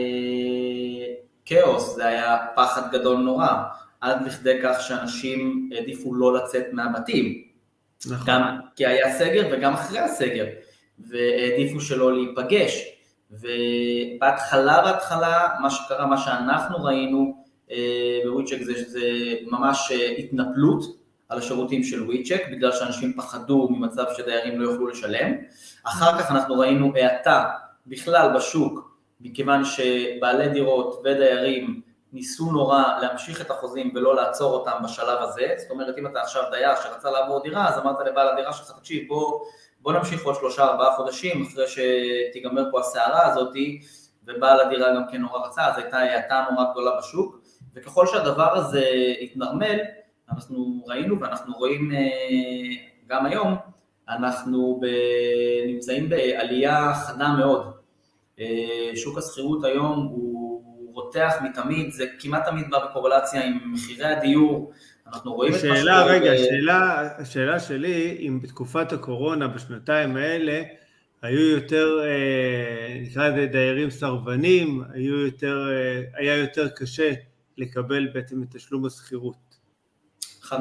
S3: כאוס, זה היה פחד גדול נורא, עד לכדי כך שאנשים העדיפו לא לצאת מהבתים.
S2: נכון.
S3: גם כי היה סגר וגם אחרי הסגר, והעדיפו שלא להיפגש. ובהתחלה, מה שקרה, מה שאנחנו ראינו בוויצ'ק זה ממש התנפלות, על השירותים של וויצ'ק, בגלל שאנשים פחדו ממצב שדיירים לא יוכלו לשלם. אחר כך אנחנו ראינו האטה בכלל בשוק מכיוון שבעלי דירות ודיירים ניסו נורא להמשיך את החוזים ולא לעצור אותם בשלב הזה, זאת אומרת אם אתה עכשיו דייר שרצה לעבור דירה, אז אמרת לבעל הדירה שלך, תקשיב, בוא נמשיך עוד 3-4 חודשים אחרי שתיגמר פה הסערה הזאת, ובעל הדירה גם כן נורא רצה, אז הייתה האטה נורא גדולה בשוק, וככל שהדבר הזה התנרמל, אנחנו ראינו ואנחנו רואים גם היום, אנחנו נמצאים בעלייה חדה מאוד. שוק השכירות היום הוא רותח מתמיד, זה כמעט תמיד בא בקורלציה עם מחירי הדיור, אנחנו רואים את מה
S2: שאלה, רגע, השאלה שלי, אם בתקופת הקורונה בשנתיים האלה, היו יותר, נקרא לזה דיירים סרבנים, היה יותר קשה לקבל בעצם את תשלום השכירות.
S3: חד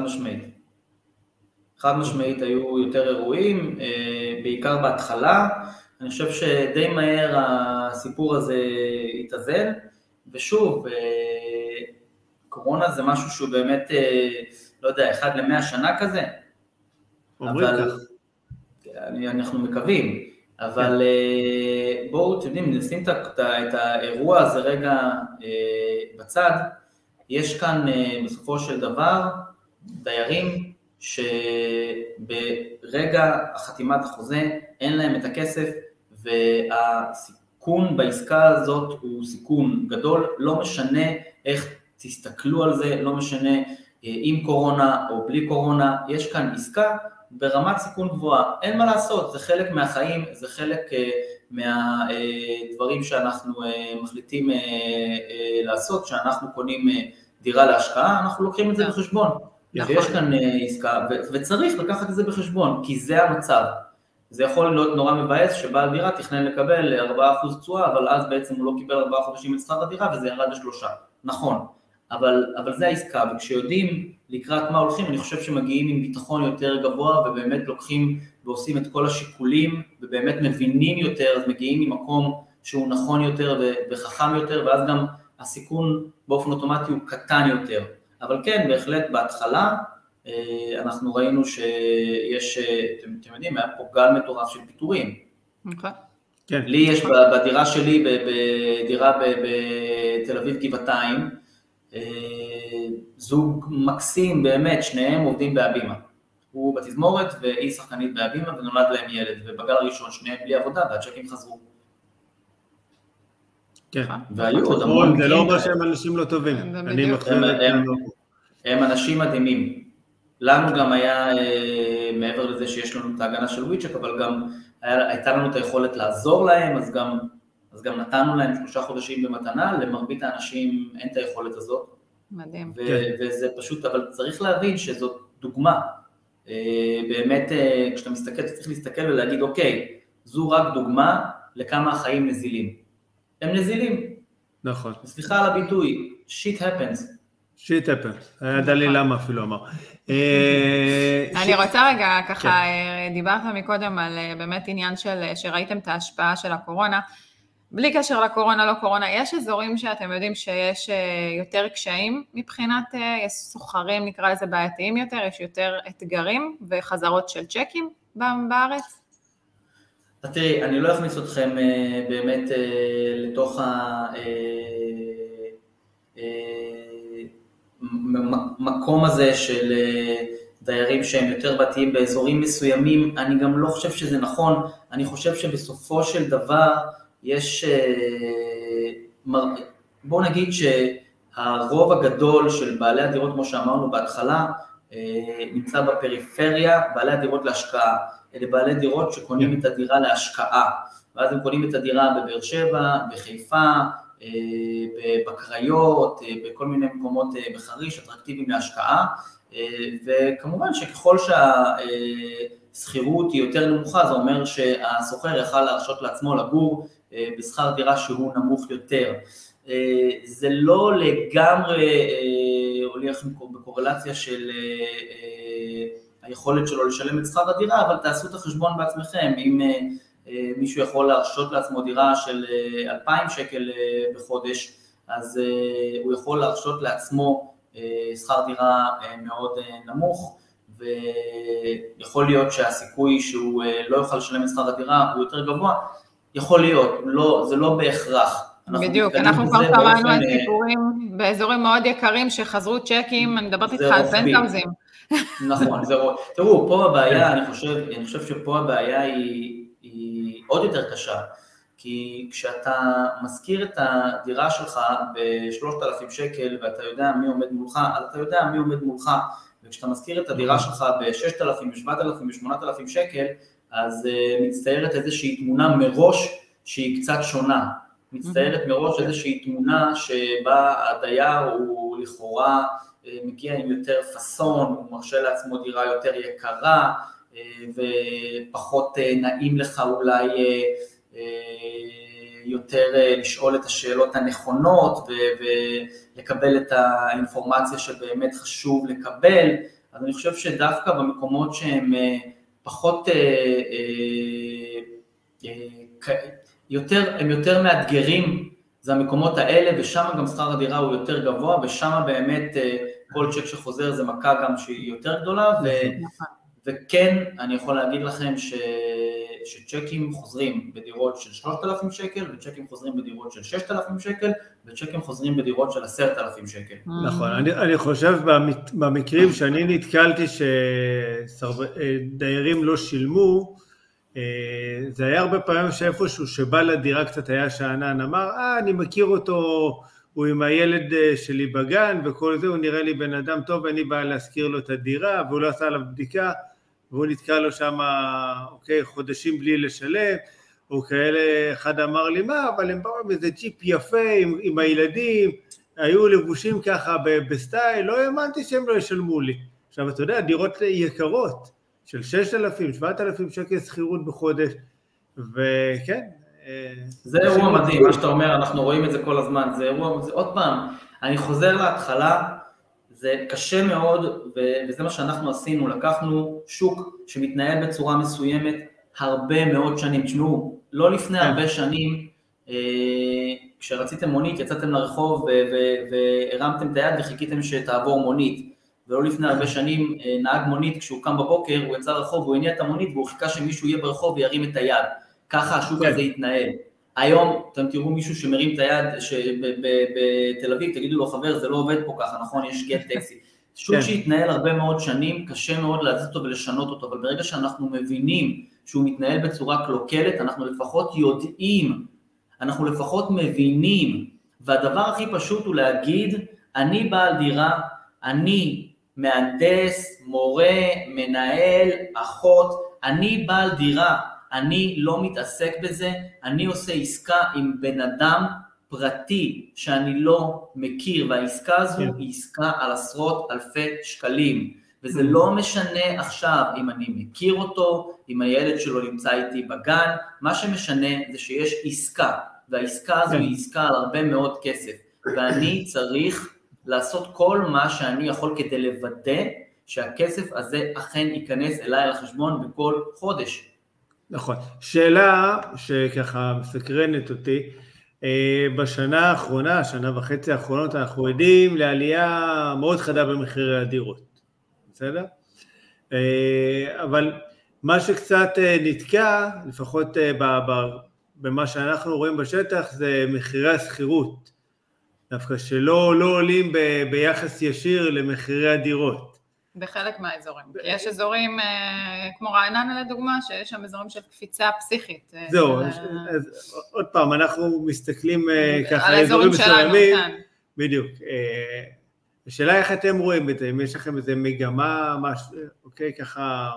S3: משמעית היו יותר אירועים, בעיקר בהתחלה, אני חושב שדי מהר הסיפור הזה התאזן, ושוב, קורונה זה משהו שהוא באמת, לא יודע, 1 ל-100 שנה כזה, אבל אנחנו מקווים, אבל בואו, אתם יודעים, נשים את האירוע הזה רגע בצד, יש כאן בסופו של דבר דיירים שברגע החתימת החוזה אין להם את הכסף, והסיכון בעסקה הזאת הוא סיכון גדול, לא משנה איך תסתכלו על זה, לא משנה עם קורונה או בלי קורונה, יש כאן עסקה ברמת סיכון גבוהה, אין מה לעשות, זה חלק מהחיים, זה חלק מהדברים שאנחנו מחליטים לעשות, שאנחנו קונים דירה להשקעה, אנחנו לוקחים את זה בחשבון, יש כאן עסקה, וצריך לקחת את זה בחשבון, כי זה המצב, זה יכול להיות נורא מבאס שבעל דירה תכנן לקבל 4% תשואה, אבל אז בעצם הוא לא קיבל 4 חודשים את שכר הדירה, וזה ירד ל3, נכון, אבל זה העסקה, וכשיודעים לקראת מה הולכים, אני חושב שמגיעים עם ביטחון יותר גבוה, ובאמת לוקחים ועושים את כל השיקולים, ובאמת מבינים יותר, אז מגיעים ממקום שהוא נכון יותר וחכם יותר, ואז גם הסיכון באופן אוטומטי הוא קטן יותר. אבל כן, בהחלט בהתחלה, אנחנו ראינו שיש, אתם יודעים, היה פה גל מטורף של פיטורים.
S1: נכון.
S3: לי יש בדירה שלי, בדירה בתל אביב גבעתיים, זוג מקסים באמת, שניהם עובדים בהבימה. הוא בתזמורת והיא שחקנית בהבימה ונולד להם ילד, ובגל הראשון שניהם בלי עבודה והצ'קים חזרו.
S2: כן.
S3: והיו עוד המון.
S2: זה לא אומר שהם אנשים לא טובים.
S3: הם אנשים מדהימים. לנו גם היה, מעבר לזה שיש לנו את ההגנה של וויצ'ק, אבל גם הייתה לנו את היכולת לעזור להם, אז גם נתנו להם 3 חודשים במתנה, למרבית האנשים אין את היכולת הזאת.
S1: מדהים.
S3: וזה פשוט, אבל צריך להבין שזאת דוגמה. באמת, כשאתה מסתכל, אתה צריך להסתכל ולהגיד, אוקיי, זו רק דוגמה לכמה החיים נזילים. הם נזילים.
S2: נכון.
S3: סליחה על הביטוי, shit happens.
S2: shit happens. היה דלי למה אפילו אמר.
S1: אני רוצה רגע, ככה, דיברת מקודם על באמת עניין שראיתם את ההשפעה של הקורונה, בלי קשר לקורונה, לא קורונה, יש אזורים שאתם יודעים שיש יותר קשיים מבחינת, יש סוחרים נקרא לזה בעייתיים יותר, יש יותר אתגרים וחזרות של צ'קים בארץ?
S3: תראי, אני לא אכניס אתכם באמת לתוך המקום הזה של דיירים שהם יותר בתיים באזורים מסוימים, אני גם לא חושב שזה נכון, אני חושב שבסופו של דבר יש, בואו נגיד שהרוב הגדול של בעלי הדירות, כמו שאמרנו בהתחלה, נמצא בפריפריה, בעלי הדירות להשקעה, אלה בעלי דירות שקונים את הדירה להשקעה, ואז הם קונים את הדירה בבאר שבע, בחיפה, בקריות, בכל מיני מקומות בחריש, אטרקטיביים להשקעה, וכמובן שככל שהסחירות היא יותר נמוכה, זה אומר שהסוחר יכל להרשות לעצמו לגור בשכר דירה שהוא נמוך יותר. זה לא לגמרי הולך בקורלציה של היכולת שלו לשלם את שכר הדירה, אבל תעשו את החשבון בעצמכם, אם מישהו יכול להרשות לעצמו דירה של 2,000 שקל בחודש, אז הוא יכול להרשות לעצמו שכר דירה מאוד נמוך, ויכול להיות שהסיכוי שהוא לא יוכל לשלם את שכר הדירה הוא יותר גבוה, יכול להיות, לא, זה לא בהכרח.
S1: בדיוק, אנחנו כבר שמענו על סיפורים באזורים מאוד יקרים שחזרו צ'קים, אני מדברת איתך על פנטאוזים.
S3: נכון, תראו, פה הבעיה, אני חושב שפה הבעיה היא עוד יותר קשה, כי כשאתה מזכיר את הדירה שלך ב3,000 שקל ואתה יודע מי עומד מולך, אז אתה יודע מי עומד מולך, וכשאתה מזכיר את הדירה שלך ב6,000, ב7,000, ב8,000 שקל, אז מצטיירת איזושהי תמונה מראש שהיא קצת שונה, מצטיירת מראש איזושהי תמונה שבה הדייר הוא לכאורה מגיע עם יותר פסון, הוא מרשה לעצמו דירה יותר יקרה, ופחות נעים לך אולי יותר לשאול את השאלות הנכונות, ולקבל את האינפורמציה שבאמת חשוב לקבל. אז אני חושב שדווקא במקומות שהם פחות, הם יותר מאתגרים, זה המקומות האלה, ושם גם שכר הדירה הוא יותר גבוה, ושם באמת כל צ'ק שחוזר זה מכה גם שהיא יותר גדולה, וכן, אני יכול להגיד לכם שצ'קים חוזרים בדירות של 3,000 שקל, וצ'קים חוזרים בדירות של 6,000 שקל, וצ'קים חוזרים בדירות של 10,000 שקל.
S2: נכון, אני חושב במקרים שאני נתקלתי שדיירים לא שילמו, זה היה הרבה פעמים שאיפשהו שבא לדירה קצת היה שענן, אמר, אני מכיר אותו, הוא עם הילד שלי בגן, וכל זה הוא נראה לי בן אדם טוב, אני בא להזכיר לו את הדירה, והוא לא עשה עליו בדיקה, והוא נתקע לו שם, חודשים בלי לשלם, או כאלה, אחד אמר לי, מה, אבל הם באו עם איזה ג'יפ יפה, עם הילדים, היו לבושים ככה בסטייל, לא האמנתי שהם לא ישלמו לי. עכשיו, אתה יודע, דירות יקרות, של 6,000, 7,000 שקל שכירות בחודש, וכן.
S3: זה אירוע מדהים, מה שאתה אומר, אנחנו רואים את זה כל הזמן, זה אירוע, עוד פעם, אני חוזר להתחלה, זה קשה מאוד, וזה מה שאנחנו עשינו, לקחנו שוק שמתנהל בצורה מסוימת הרבה מאוד שנים, תשמעו, לא לפני הרבה שנים, כשרציתם מונית, יצאתם לרחוב והרמתם את היד וחיכיתם שתעבור מונית, ולא לפני הרבה שנים נהג מונית, כשהוא קם בבוקר, הוא יצא לרחוב, הוא הניע את המונית, והוא חיכה שמישהו יהיה ברחוב וירים את היד. ככה השוק הזה יתנהל. היום, אתם תראו מישהו שמרים את היד בתל אביב, תגידו לו, חבר, זה לא עובד פה ככה, נכון? יש גט טקסי. שוק שהתנהל הרבה מאוד שנים, קשה מאוד להזיז אותו ולשנות אותו, אבל ברגע שאנחנו מבינים שהוא מתנהל בצורה קלוקלת, אנחנו לפחות יודעים, אנחנו לפחות מבינים, והדבר הכי פשוט הוא להגיד, אני בעל דירה, אני מהנדס, מורה, מנהל, אחות, אני בעל דירה, אני לא מתעסק בזה, אני עושה עסקה עם בן אדם פרטי שאני לא מכיר, והעסקה הזו היא עסקה על עשרות אלפי שקלים, וזה לא משנה עכשיו אם אני מכיר אותו, אם הילד שלו נמצא איתי בגן, מה שמשנה זה שיש עסקה, והעסקה הזו היא עסקה על הרבה מאוד כסף, ואני צריך לעשות כל מה שאני יכול כדי לוודא שהכסף הזה אכן ייכנס אליי לחשבון בכל חודש.
S2: נכון. שאלה שככה מסקרנת אותי, בשנה האחרונה, שנה וחצי האחרונות, אנחנו עדים לעלייה מאוד חדה במחירי הדירות, בסדר? אבל מה שקצת נתקע, לפחות במה שאנחנו רואים בשטח, זה מחירי השכירות, דווקא שלא עולים ביחס ישיר למחירי הדירות.
S1: בחלק מהאזורים. יש אזורים כמו רעננה לדוגמה, שיש שם אזורים של קפיצה פסיכית.
S2: זהו, אז עוד פעם, אנחנו מסתכלים ככה
S1: על האזורים שלנו, כן.
S2: בדיוק. השאלה איך אתם רואים את זה, אם יש לכם איזה מגמה, אוקיי, ככה,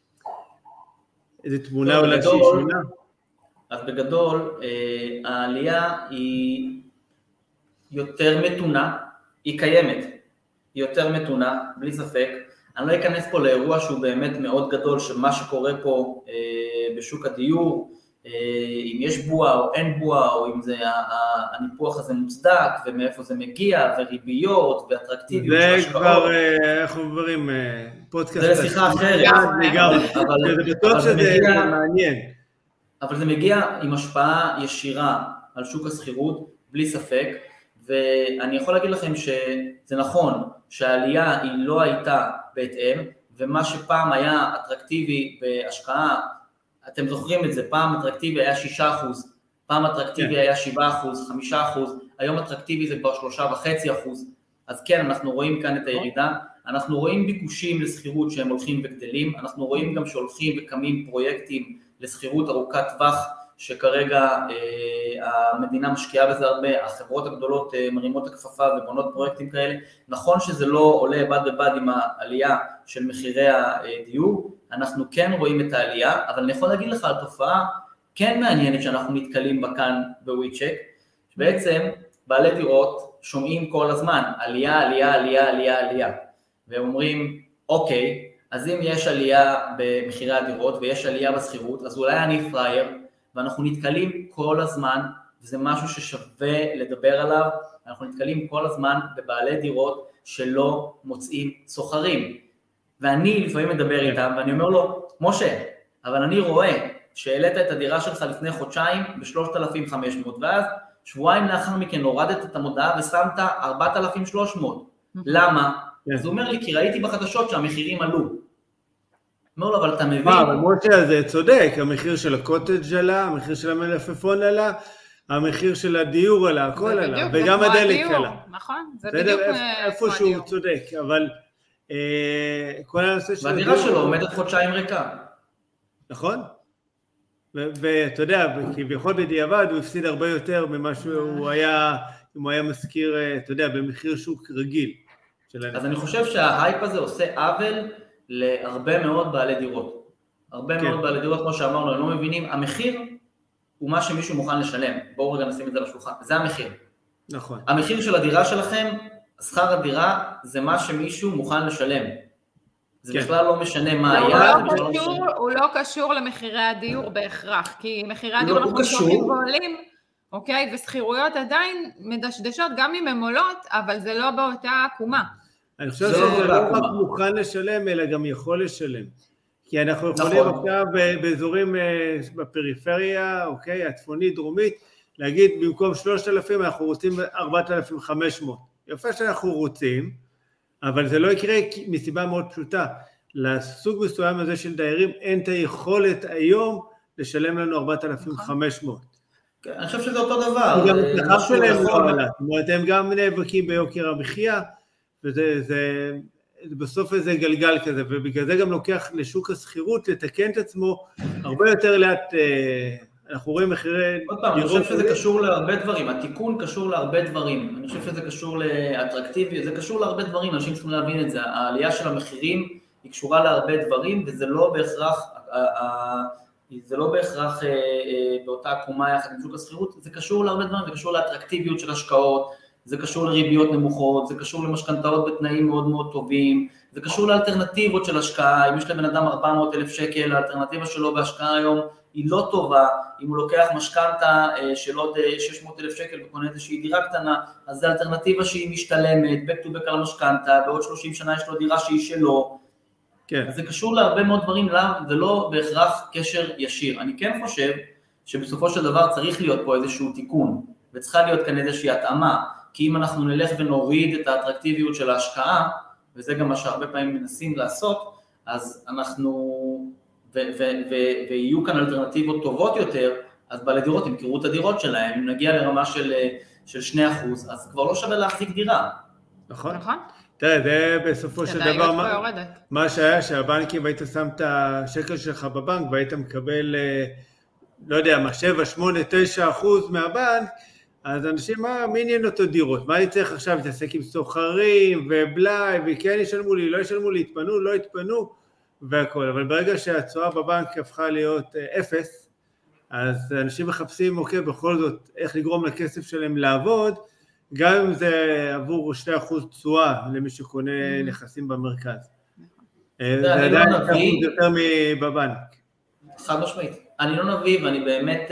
S2: איזה תמונה אולי שהיא שונה?
S3: אז בגדול, העלייה היא יותר מתונה, היא קיימת, היא יותר מתונה, בלי ספק. אני לא אכנס פה לאירוע שהוא באמת מאוד גדול, שמה שקורה פה בשוק הדיור, אם יש בועה או אין בועה, או אם זה הניפוח הזה מוצדק, ומאיפה זה מגיע, וריביות, ואטרקטיביות של השקעות.
S2: זה כבר, איך אומרים, פודקאסט.
S3: זה לשיחה אחרת.
S2: זה בטוח שזה מעניין.
S3: אבל זה מגיע עם השפעה ישירה על שוק השכירות, בלי ספק, ואני יכול להגיד לכם שזה נכון, שהעלייה היא לא הייתה בהתאם, ומה שפעם היה אטרקטיבי בהשקעה, אתם זוכרים את זה, פעם אטרקטיבי היה 6%, פעם אטרקטיבי היה 7%, 5%, היום אטרקטיבי זה כבר 3.5%, אז כן, אנחנו רואים כאן את הירידה, אנחנו רואים ביקושים לסחירות שהם הולכים וגדלים, אנחנו רואים גם שהולכים וקמים פרויקטים לסחירות ארוכת טווח, שכרגע המדינה משקיעה בזה הרבה, החברות הגדולות מרימות הכפפה ובונות פרויקטים כאלה, נכון שזה לא עולה בד בבד עם העלייה של מחירי הדיור, אנחנו כן רואים את העלייה, אבל אני יכול להגיד לך על תופעה כן מעניינת שאנחנו נתקלים בה כאן בוויצ'ק, שבעצם בעלי דירות שומעים כל הזמן עלייה, עלייה, עלייה, עלייה, עלייה, והם אומרים, אוקיי, אז אם יש עלייה במחירי הדירות ויש עלייה בסחירות, אז אולי אני פרייר, ואנחנו נתקלים כל הזמן, וזה משהו ששווה לדבר עליו, אנחנו נתקלים כל הזמן בבעלי דירות שלא מוצאים סוחרים. ואני לפעמים מדבר איתם, ואני אומר לו, משה, אבל אני רואה שהעלית את הדירה שלך לפני חודשיים ב-3,500, ואז שבועיים לאחר מכן הורדת את המודעה ושמת 4,300. למה? אז הוא אומר לי, כי ראיתי בחדשות שהמחירים עלו. אומר לו, אבל אתה מבין?
S2: אבל משה, זה צודק, המחיר של הקוטג' עלה, המחיר של המלפפון עלה, המחיר של הדיור עלה, הכל עלה, וגם הדלק עלה.
S1: נכון, זה בדיוק
S2: איפה שהוא צודק, אבל כל הנושא של...
S3: והדירה שלו עומדת חודשיים ריקה.
S2: נכון? ואתה יודע, כביכול בדיעבד הוא הפסיד הרבה יותר ממה שהוא היה, אם הוא היה מזכיר, אתה יודע, במחיר שוק רגיל.
S3: אז אני חושב שההייפ הזה עושה עוול להרבה מאוד בעלי דירות. הרבה מאוד בעלי דירות, כמו שאמרנו, הם לא מבינים, המחיר הוא מה שמישהו מוכן לשלם. בואו רגע נשים את זה לשולחן, זה המחיר.
S2: נכון.
S3: המחיר של הדירה שלכם, שכר הדירה, זה מה שמישהו מוכן לשלם. זה בכלל לא משנה מה היה.
S1: הוא לא קשור למחירי הדיור בהכרח, כי מחירי הדיור אנחנו שומעים ועולים, אוקיי? וסחירויות עדיין מדשדשות, גם אם הן עולות, אבל זה לא באותה עקומה.
S2: אני חושב שזה לא רק מוכן לשלם, אלא גם יכול לשלם. כי אנחנו יכולים עכשיו באזורים בפריפריה, אוקיי, הצפונית, דרומית, להגיד במקום 3,000 אנחנו רוצים 4,500. יפה שאנחנו רוצים, אבל זה לא יקרה מסיבה מאוד פשוטה. לסוג מסוים הזה של דיירים אין את היכולת היום לשלם לנו 4,500.
S3: אני חושב שזה אותו דבר.
S2: גם השכר שלהם לא עלה. זאת אומרת, הם גם נאבקים ביוקר המחיה, ובסוף איזה גלגל כזה, ובגלל זה גם לוקח לשוק הסחירות לתקן את עצמו הרבה יותר לאט. אנחנו רואים מחירי...
S3: עוד פעם, אני חושב שזה קשור להרבה דברים, התיקון קשור להרבה דברים, אני חושב שזה קשור לאטרקטיבי, זה קשור להרבה דברים, אנשים צריכים להבין את זה, העלייה של המחירים היא קשורה להרבה דברים, וזה לא בהכרח באותה עקומה יחד עם שוק הסחירות, זה קשור להרבה דברים, זה קשור לאטרקטיביות של השקעות, זה קשור לריביות נמוכות, זה קשור למשכנתאות בתנאים מאוד מאוד טובים, זה קשור לאלטרנטיבות של השקעה, אם יש לבן אדם 400,000 שקל, האלטרנטיבה שלו בהשקעה היום היא לא טובה, אם הוא לוקח משכנתה של עוד 600,000 שקל וקונה איזושהי דירה קטנה, אז זה אלטרנטיבה שהיא משתלמת, back to back על המשכנתה, בעוד 30 שנה יש לו דירה שהיא שלו, כן. אז זה קשור להרבה מאוד דברים, ולא בהכרח קשר ישיר. אני כן חושב שבסופו של דבר צריך להיות פה איזשהו תיקון, וצריכה להיות כאן איזושהי התאמה, כי אם אנחנו נלך ונוריד את האטרקטיביות של ההשקעה, וזה גם מה שהרבה פעמים מנסים לעשות, אז אנחנו, ויהיו כאן אלטרנטיבות טובות יותר, אז בעלי דירות ימכרו את הדירות שלהם, אם נגיע לרמה של 2%, אז כבר לא שווה להחזיק דירה.
S2: נכון. תראה, זה בסופו של דבר, מה שהיה שהבנקים, היית שם את השקל שלך בבנק, והיית מקבל, לא יודע מה, 7, 8, 9% מהבנק, אז אנשים, מי עניין אותו דירות? מה אני צריך עכשיו להתעסק עם סוחרים ובלי, וכן ישלמו לי, לא ישלמו לי, יתפנו, לא יתפנו, והכל. אבל ברגע שהתשואה בבנק הפכה להיות 0, אז אנשים מחפשים, אוקיי, בכל זאת, איך לגרום לכסף שלהם לעבוד, גם אם זה עבור 2% תשואה למי שקונה נכסים במרכז. זה עדיין 2% יותר מבבנק.
S3: חד משמעית. אני לא נביא, ואני באמת,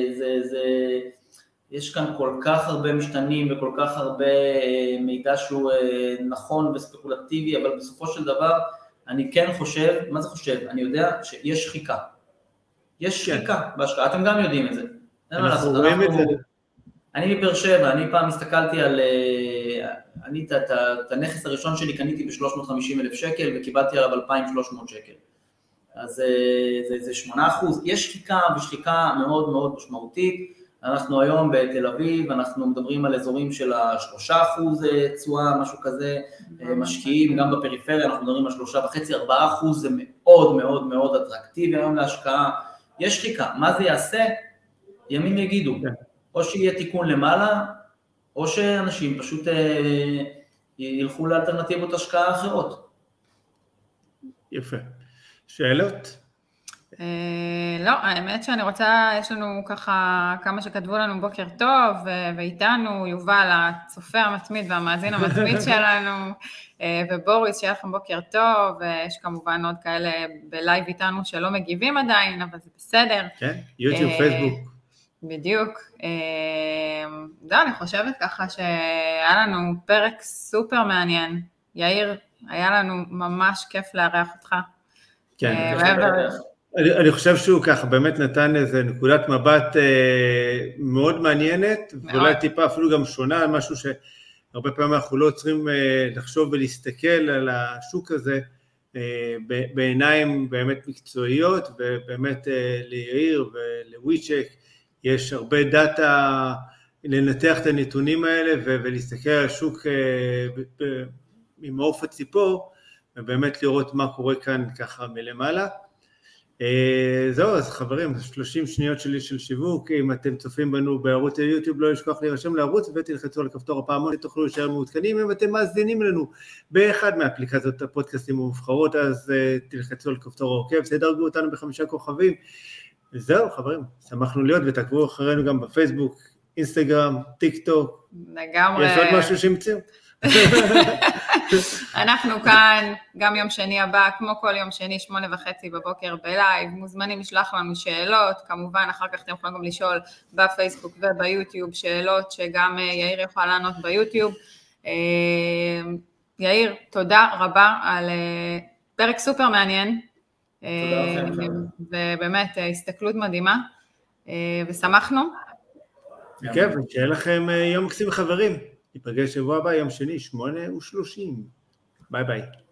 S3: יש כאן כל כך הרבה משתנים וכל כך הרבה מידע שהוא נכון וספקולטיבי, אבל בסופו של דבר אני כן חושב, מה זה חושב? אני יודע שיש שחיקה. יש שחיקה בהשקעה, אתם גם יודעים את זה.
S2: אנחנו רואים את זה.
S3: אני מבאר שבע, אני פעם הסתכלתי על, את הנכס הראשון שלי קניתי ב-350,000 שקל וקיבלתי עליו 2,300 שקל. אז זה 8%. יש שחיקה ושחיקה מאוד מאוד משמעותית. אנחנו היום בתל אביב, אנחנו מדברים על אזורים של 3% תשואה, משהו כזה, משקיעים גם בפריפריה, אנחנו מדברים על 3.5-4%, זה מאוד מאוד מאוד אטרקטיבי היום להשקעה. יש שחיקה, מה זה יעשה? ימים יגידו, או שיהיה תיקון למעלה, או שאנשים פשוט ילכו לאלטרנטיבות השקעה אחרות.
S2: יפה. שאלות?
S1: לא, האמת שאני רוצה, יש לנו ככה כמה שכתבו לנו בוקר טוב, ואיתנו יובל, הצופה המתמיד והמאזין המתמיד שלנו, ובוריס, שיהיה לכם בוקר טוב, ויש כמובן עוד כאלה בלייב איתנו שלא מגיבים עדיין, אבל זה בסדר.
S2: כן, יוטיוב, פייסבוק.
S1: בדיוק. לא, אני חושבת ככה שהיה לנו פרק סופר מעניין. יאיר, היה לנו ממש כיף לארח אותך.
S2: כן, אני חושב שהוא ככה באמת נתן איזה נקודת מבט מאוד מעניינת, ואולי טיפה אפילו גם שונה, משהו שהרבה פעמים אנחנו לא צריכים לחשוב ולהסתכל על השוק הזה בעיניים באמת מקצועיות, ובאמת ליאיר ולוויצ'ק יש הרבה דאטה לנתח את הנתונים האלה ולהסתכל על השוק ממעוף הציפור, ובאמת לראות מה קורה כאן ככה מלמעלה. זהו, אז חברים, 30 שניות שלי של שיווק, אם אתם צופים בנו בערוץ היוטיוב, לא לשכוח להירשם לערוץ ותלחצו על כפתור הפעמון, תוכלו להישאר מעודכנים, אם אתם מאזינים לנו באחד מאפליקציות הפודקאסטים המובחרות, אז תלחצו על כפתור העוקב, תדרגו אותנו ב5 כוכבים, וזהו חברים, שמחנו להיות ותעקבו אחרינו גם בפייסבוק, אינסטגרם, טיק טוק,
S1: לגמרי.
S2: יש עוד משהו שהמציאו?
S1: אנחנו כאן, גם יום שני הבא, כמו כל יום שני, 8:30 בבוקר בלייב, מוזמנים לשלוח לנו שאלות, כמובן אחר כך אתם יכולים גם לשאול בפייסבוק וביוטיוב שאלות שגם יאיר יוכל לענות ביוטיוב. יאיר, תודה רבה על פרק סופר מעניין, ובאמת הסתכלות מדהימה, ושמחנו.
S2: כן, שיהיה לכם יום מקסים חברים. ניפגש שבוע הבא, יום שני, 8:30. ביי ביי.